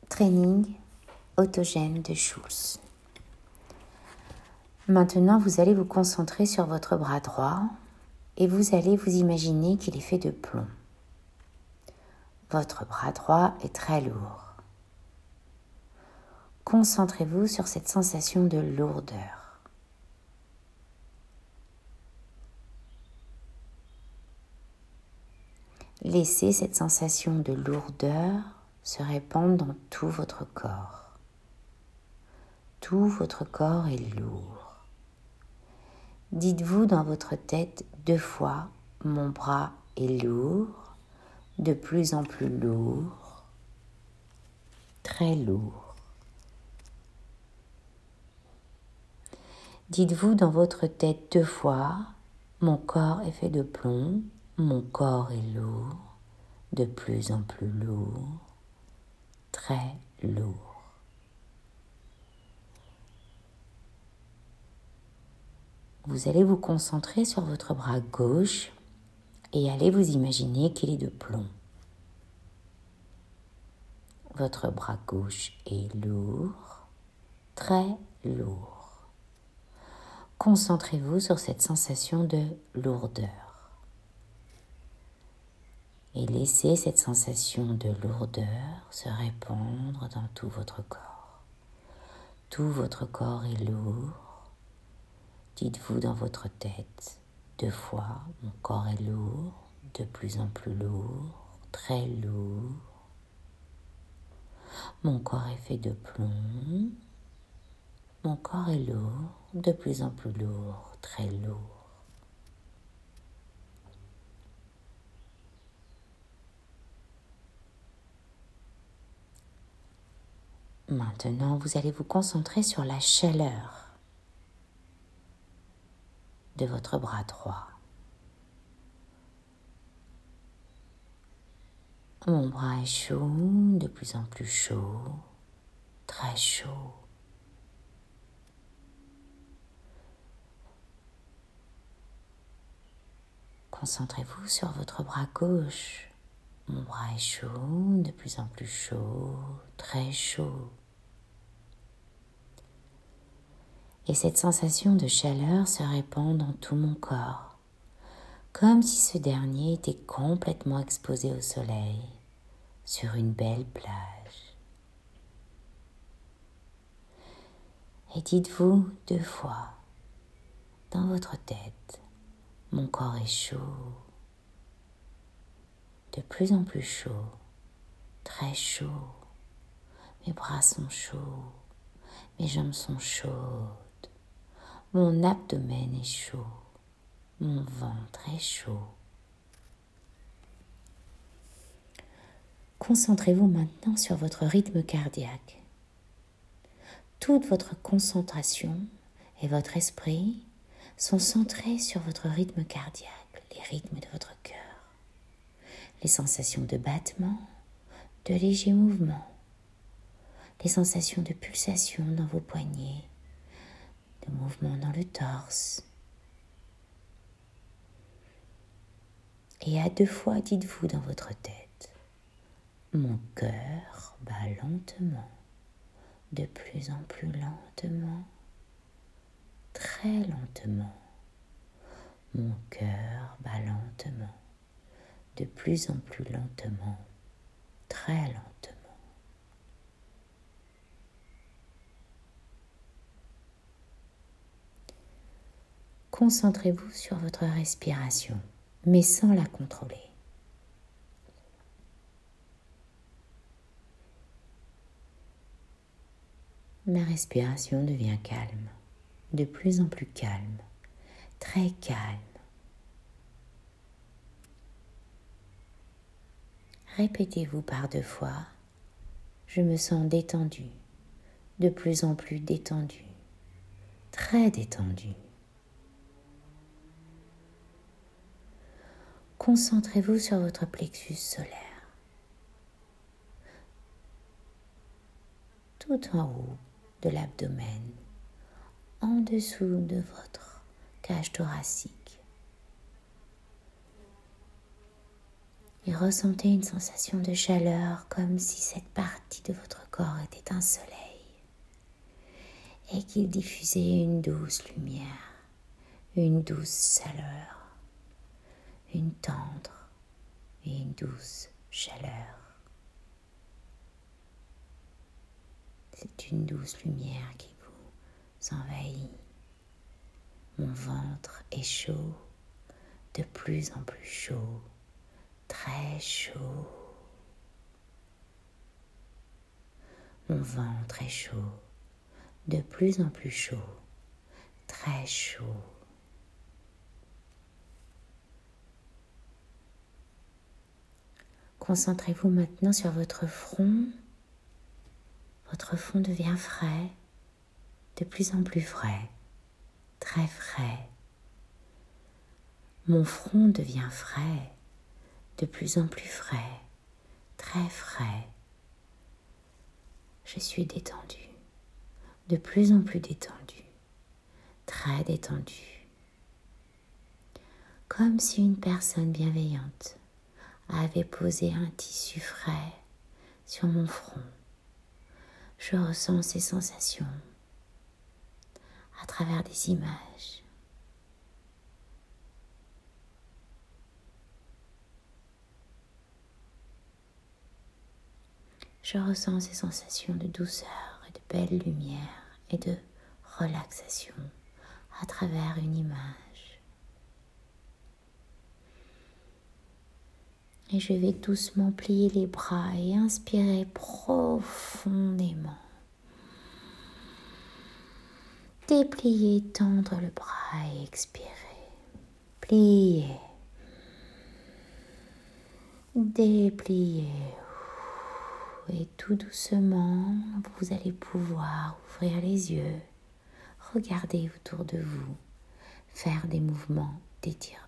Training autogène de Schulz. Maintenant, vous allez vous concentrer sur votre bras droit et vous allez vous imaginer qu'il est fait de plomb. Votre bras droit est très lourd. Concentrez-vous sur cette sensation de lourdeur. Laissez cette sensation de lourdeur se répandre dans tout votre corps. Tout votre corps est lourd. Dites-vous dans votre tête 2 fois « Mon bras est lourd, de plus en plus lourd, très lourd ». Dites-vous dans votre tête 2 fois « Mon corps est fait de plomb, mon corps est lourd, de plus en plus lourd, très lourd ». Vous allez vous concentrer sur votre bras gauche et allez vous imaginer qu'il est de plomb. Votre bras gauche est lourd, très lourd. Concentrez-vous sur cette sensation de lourdeur. Et laissez cette sensation de lourdeur se répandre dans tout votre corps. Tout votre corps est lourd. Dites-vous dans votre tête 2 fois « Mon corps est lourd, de plus en plus lourd, très lourd. Mon corps est fait de plomb. Mon corps est lourd, de plus en plus lourd, très lourd. » Maintenant, vous allez vous concentrer sur la chaleur de votre bras droit. Mon bras est chaud, de plus en plus chaud, très chaud. Concentrez-vous sur votre bras gauche. Mon bras est chaud, de plus en plus chaud, très chaud. Et cette sensation de chaleur se répand dans tout mon corps, comme si ce dernier était complètement exposé au soleil sur une belle plage. Et dites-vous 2 fois dans votre tête, mon corps est chaud, de plus en plus chaud, très chaud. Mes bras sont chauds, mes jambes sont chaudes. Mon abdomen est chaud, mon ventre est chaud. Concentrez-vous maintenant sur votre rythme cardiaque. Toute votre concentration et votre esprit sont centrés sur votre rythme cardiaque, les rythmes de votre cœur, les sensations de battement, de légers mouvements, les sensations de pulsation dans vos poignets, de mouvements dans le torse. Et à 2 fois, dites-vous dans votre tête, mon cœur bat lentement, de plus en plus lentement, très lentement. Mon cœur bat lentement, de plus en plus lentement, très lentement. Concentrez-vous sur votre respiration, mais sans la contrôler. Ma respiration devient calme, de plus en plus calme, très calme. Répétez-vous par 2 fois, je me sens détendu, de plus en plus détendu, très détendu. Concentrez-vous sur votre plexus solaire, tout en haut de l'abdomen, en dessous de votre cage thoracique. Et ressentez une sensation de chaleur comme si cette partie de votre corps était un soleil et qu'il diffusait une douce lumière, une douce chaleur, une tendre et une douce chaleur. C'est une douce lumière qui vous envahit. Mon ventre est chaud, de plus en plus chaud, très chaud. Mon ventre est chaud, de plus en plus chaud, très chaud. Concentrez-vous maintenant sur votre front. Votre front devient frais, de plus en plus frais, très frais. Mon front devient frais, de plus en plus frais, très frais. Je suis détendue, de plus en plus détendue, très détendue. Comme si une personne bienveillante avait posé un tissu frais sur mon front. Je ressens ces sensations à travers des images. Je ressens ces sensations de douceur et de belle lumière et de relaxation à travers une image. Et je vais doucement plier les bras et inspirer profondément. Déplier, tendre le bras et expirer. Plier. Déplier. Et tout doucement, vous allez pouvoir ouvrir les yeux, regarder autour de vous, faire des mouvements d'étirement.